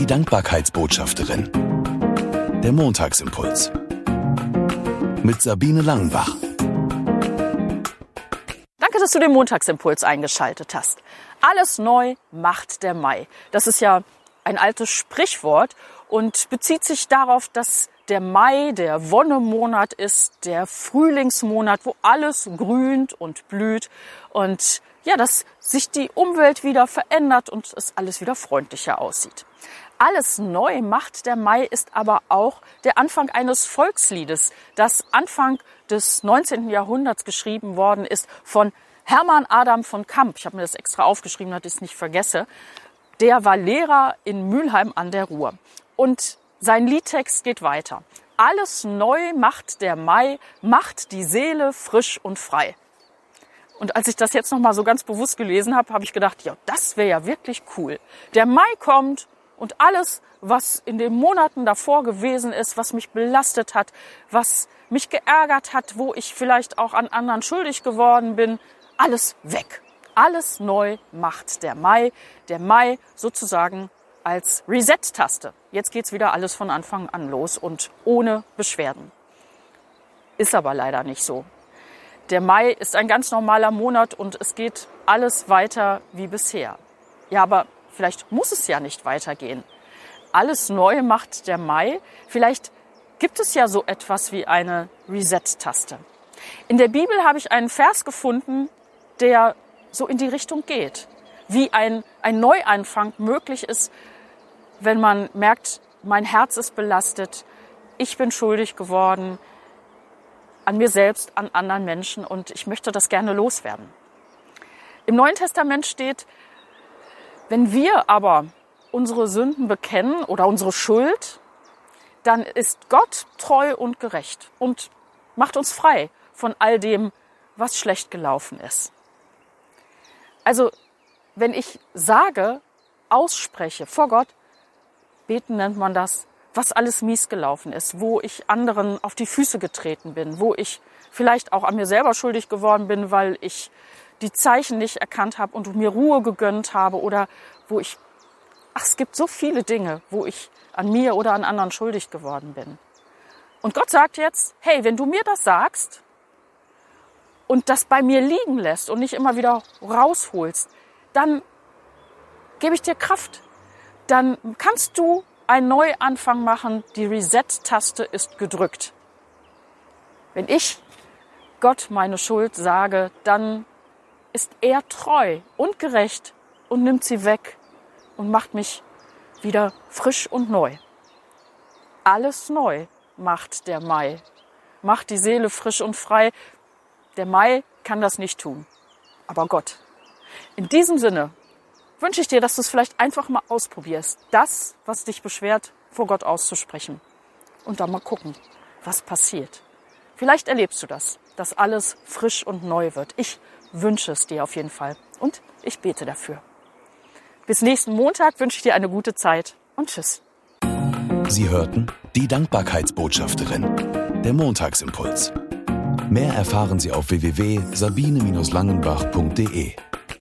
Die Dankbarkeitsbotschafterin. Der Montagsimpuls. Mit Sabine Langenbach. Danke, dass du den Montagsimpuls eingeschaltet hast. Alles neu macht der Mai. Das ist ja ein altes Sprichwort und bezieht sich darauf, dass der Mai der Wonnemonat ist, der Frühlingsmonat, wo alles grünt und blüht und ja, dass sich die Umwelt wieder verändert und es alles wieder freundlicher aussieht. Alles neu macht der Mai ist aber auch der Anfang eines Volksliedes, das Anfang des 19. Jahrhunderts geschrieben worden ist von Hermann Adam von Kamp. Ich habe mir das extra aufgeschrieben, damit ich es nicht vergesse. Der war Lehrer in Mülheim an der Ruhr. Und sein Liedtext geht weiter. Alles neu macht der Mai, macht die Seele frisch und frei. Und als ich das jetzt nochmal so ganz bewusst gelesen habe, habe ich gedacht, ja, das wäre ja wirklich cool. Der Mai kommt und alles, was in den Monaten davor gewesen ist, was mich belastet hat, was mich geärgert hat, wo ich vielleicht auch an anderen schuldig geworden bin, alles weg. Alles neu macht der Mai. Der Mai sozusagen als Reset-Taste. Jetzt geht's wieder alles von Anfang an los und ohne Beschwerden. Ist aber leider nicht so. Der Mai ist ein ganz normaler Monat und es geht alles weiter wie bisher. Ja, aber vielleicht muss es ja nicht weitergehen. Alles neu macht der Mai. Vielleicht gibt es ja so etwas wie eine Reset-Taste. In der Bibel habe ich einen Vers gefunden, der so in die Richtung geht. Wie ein Neuanfang möglich ist, wenn man merkt, mein Herz ist belastet, ich bin schuldig geworden, an mir selbst, an anderen Menschen und ich möchte das gerne loswerden. Im Neuen Testament steht, wenn wir aber unsere Sünden bekennen oder unsere Schuld, dann ist Gott treu und gerecht und macht uns frei von all dem, was schlecht gelaufen ist. Also, wenn ich sage, ausspreche vor Gott, beten nennt man das, was alles mies gelaufen ist, wo ich anderen auf die Füße getreten bin, wo ich vielleicht auch an mir selber schuldig geworden bin, weil ich die Zeichen nicht erkannt habe und mir Ruhe gegönnt habe oder wo ich, es gibt so viele Dinge, wo ich an mir oder an anderen schuldig geworden bin. Und Gott sagt jetzt, hey, wenn du mir das sagst und das bei mir liegen lässt und nicht immer wieder rausholst, dann gebe ich dir Kraft. Dann kannst du einen Neuanfang machen. Die Reset-Taste ist gedrückt. Wenn ich Gott meine Schuld sage, dann ist er treu und gerecht und nimmt sie weg und macht mich wieder frisch und neu. Alles neu macht der Mai. Macht die Seele frisch und frei. Der Mai kann das nicht tun, aber Gott. In diesem Sinne wünsche ich dir, dass du es vielleicht einfach mal ausprobierst, das, was dich beschwert, vor Gott auszusprechen und dann mal gucken, was passiert. Vielleicht erlebst du das, dass alles frisch und neu wird. Ich wünsche es dir auf jeden Fall und ich bete dafür. Bis nächsten Montag wünsche ich dir eine gute Zeit und tschüss. Sie hörten die Dankbarkeitsbotschafterin, der Montagsimpuls. Mehr erfahren Sie auf www.sabine-langenbach.de.